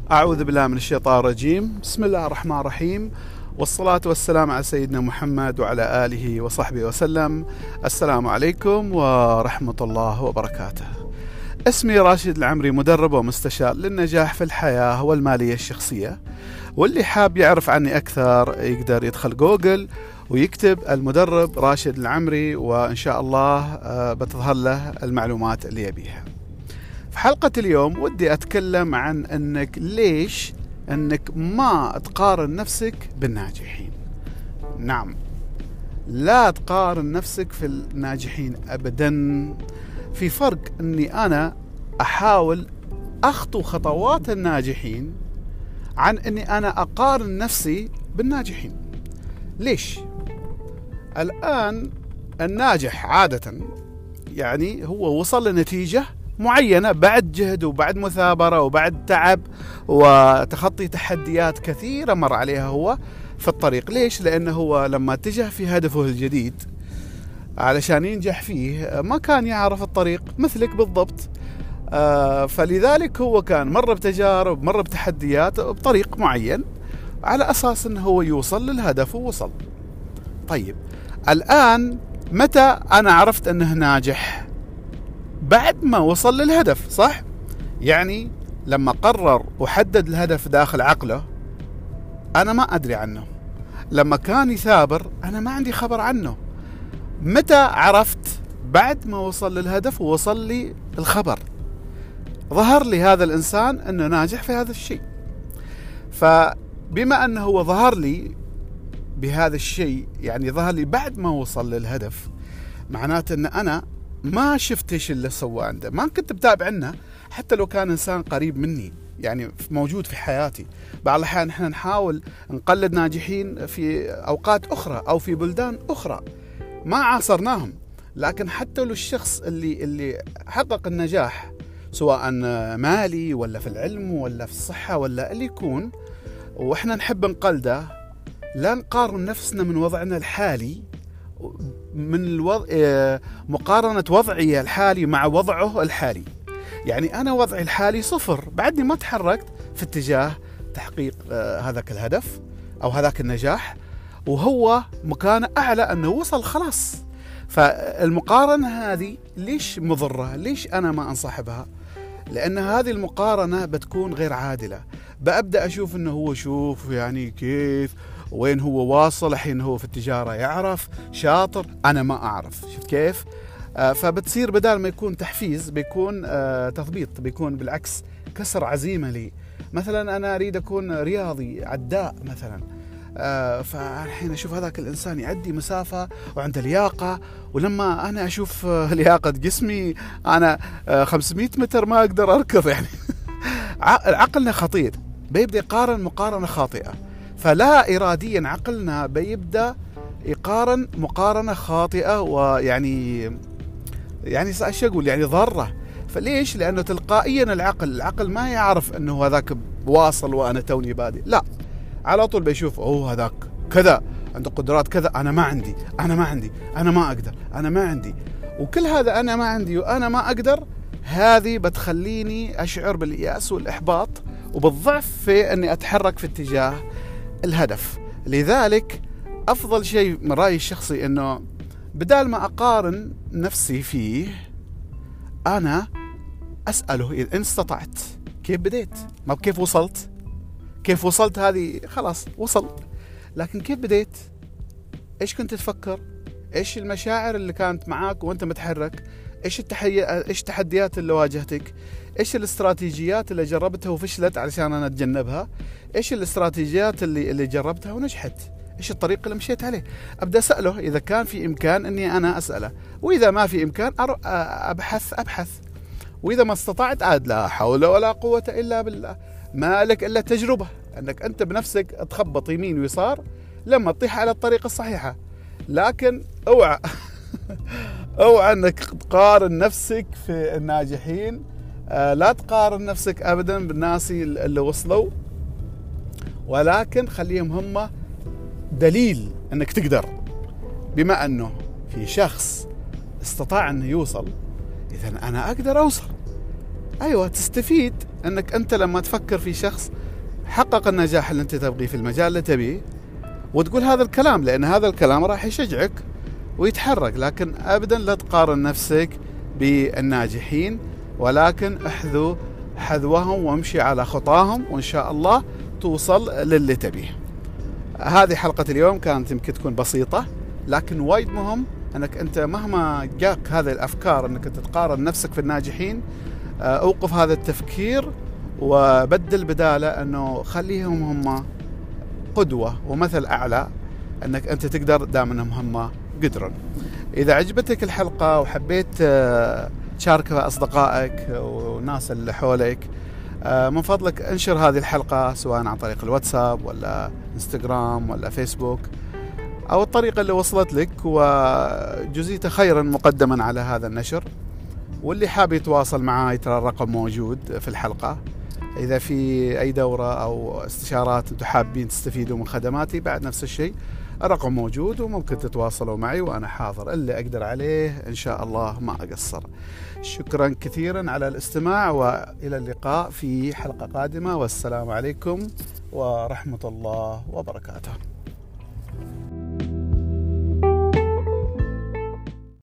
أعوذ بالله من الشيطان الرجيم. بسم الله الرحمن الرحيم، والصلاة والسلام على سيدنا محمد وعلى آله وصحبه وسلم. السلام عليكم ورحمة الله وبركاته. اسمي راشد العمري، مدرب ومستشار للنجاح في الحياة والمالية الشخصية، واللي حاب يعرف عني أكثر يقدر يدخل جوجل ويكتب المدرب راشد العمري، وإن شاء الله بتظهر له المعلومات اللي يبيها. في حلقة اليوم ودي أتكلم عن ليش أنك ما تقارن نفسك بالناجحين. نعم، لا تقارن نفسك في الناجحين أبدا. في فرق أني أنا أحاول أخطو خطوات الناجحين عن أني أنا أقارن نفسي بالناجحين. ليش؟ الآن الناجح عادة يعني هو وصل لنتيجة معينة بعد جهد وبعد مثابرة وبعد تعب وتخطي تحديات كثيرة مر عليها هو في الطريق. ليش؟ لأنه هو لما اتجه في هدفه الجديد علشان ينجح فيه ما كان يعرف الطريق مثلك بالضبط، فلذلك هو كان مر بتجارب، مر بتحديات بطريق معين على أساس أنه هو يوصل للهدف ووصل. طيب الآن متى أنا عرفت أنه ناجح؟ بعد ما وصل للهدف، صح؟ يعني لما قرر وحدد الهدف داخل عقله أنا ما أدري عنه، لما كان يثابر أنا ما عندي خبر عنه. متى عرفت؟ بعد ما وصل للهدف ووصل لي الخبر، ظهر لي هذا الإنسان أنه ناجح في هذا الشيء. فبما أنه هو ظهر لي بهذا الشيء، يعني ظهر لي بعد ما وصل للهدف، معناته أن أنا ما شفت ايش اللي سواه عنده، ما كنت بتابع عنه حتى لو كان انسان قريب مني، يعني موجود في حياتي. بعض الاحيان احنا نحاول نقلد ناجحين في اوقات اخرى او في بلدان اخرى ما عاصرناهم، لكن حتى لو الشخص اللي حقق النجاح سواء مالي ولا في العلم ولا في الصحة ولا اللي يكون، واحنا نحب نقلده، لا نقارن نفسنا من وضعنا الحالي من مقارنة وضعي الحالي مع وضعه الحالي. يعني أنا وضعي الحالي صفر، بعدني ما تحركت في اتجاه تحقيق هذاك الهدف أو هذاك النجاح، وهو مكانه أعلى أنه وصل خلاص. فالمقارنة هذه ليش مضرة؟ ليش أنا ما أنصح بها؟ لأن هذه المقارنة بتكون غير عادلة. بأبدأ أشوف أنه هو شوف يعني كيف وين هو واصل، الحين هو في التجارة يعرف شاطر، أنا ما أعرف، شفت كيف؟ فبتصير بدال ما يكون تحفيز بيكون تثبيط، بيكون بالعكس كسر عزيمة لي. مثلا أنا أريد أكون رياضي عداء مثلا، فالحين أشوف هذاك الإنسان يعدي مسافة وعنده لياقة، ولما أنا أشوف لياقة جسمي أنا 500 متر ما أقدر أركض يعني. عقلنا خطير، بيبدأ يقارن مقارنة خاطئة، فلا إراديا عقلنا بيبدأ يقارن مقارنة خاطئة، ويعني ايش اقول يعني ضارة. فليش؟ لأنه تلقائيا العقل ما يعرف أنه هذاك واصل وأنا توني بادئ، لا، على طول بيشوف هذاك كذا عنده قدرات كذا، أنا ما عندي، أنا ما أقدر، أنا ما عندي، وكل هذا أنا ما عندي وأنا ما أقدر، هذه بتخليني أشعر باليأس والإحباط وبالضعف في أني أتحرك في اتجاه الهدف. لذلك أفضل شيء من رأيي الشخصي أنه بدال ما أقارن نفسي فيه، أنا أسأله إذا إن استطعت كيف بديت، ما كيف وصلت. كيف وصلت هذه خلاص وصل، لكن كيف بديت؟ إيش كنت تفكر؟ إيش المشاعر اللي كانت معاك وأنت متحرك؟ إيش التحديات اللي واجهتك؟ إيش الاستراتيجيات اللي جربتها وفشلت علشان أنا أتجنبها؟ إيش الاستراتيجيات اللي جربتها ونجحت؟ إيش الطريق اللي مشيت عليه؟ أبدأ أسأله إذا كان في إمكان أني أنا أسأله، وإذا ما في إمكان أبحث، وإذا ما استطعت عاد لا حول ولا قوة إلا بالله. ما لك إلا تجربة، أنك أنت بنفسك تخبط يمين ويسار لما تطيح على الطريق الصحيحة. لكن اوعى اوعى أنك تقارن نفسك في الناجحين، لا تقارن نفسك أبدا بالناس اللي وصلوا، ولكن خليهم هم دليل أنك تقدر. بما أنه في شخص استطاع أنه يوصل، إذن أنا أقدر أوصل. أيوة تستفيد أنك أنت لما تفكر في شخص حقق النجاح اللي أنت تبغيه في المجال اللي تبيه وتقول هذا الكلام، لأن هذا الكلام راح يشجعك ويتحرك. لكن أبدا لا تقارن نفسك بالناجحين، ولكن احذو حذوهم وامشي على خطاهم، وإن شاء الله توصل للي تبيه. هذه حلقة اليوم كانت يمكن تكون بسيطة، لكن وايد مهم أنك أنت مهما جاك هذه الأفكار أنك تقارن نفسك في الناجحين، أوقف هذا التفكير وبدل بداله أنه خليهم هم قدوة ومثل أعلى أنك أنت تقدر دام أنهم هم قدرا. إذا عجبتك الحلقة وحبيت تشاركها أصدقائك والناس اللي حولك، من فضلك انشر هذه الحلقة سواء عن طريق الواتساب ولا انستغرام ولا فيسبوك أو الطريقة اللي وصلت لك، وجزيت خيرا مقدما على هذا النشر. واللي حاب يتواصل معاي ترى الرقم موجود في الحلقة. إذا في أي دورة أو استشارات أنتم حابين تستفيدوا من خدماتي بعد نفس الشيء الرقم موجود، وممكن تتواصلوا معي وأنا حاضر اللي أقدر عليه إن شاء الله ما أقصر. شكرا كثيرا على الاستماع، وإلى اللقاء في حلقة قادمة، والسلام عليكم ورحمة الله وبركاته.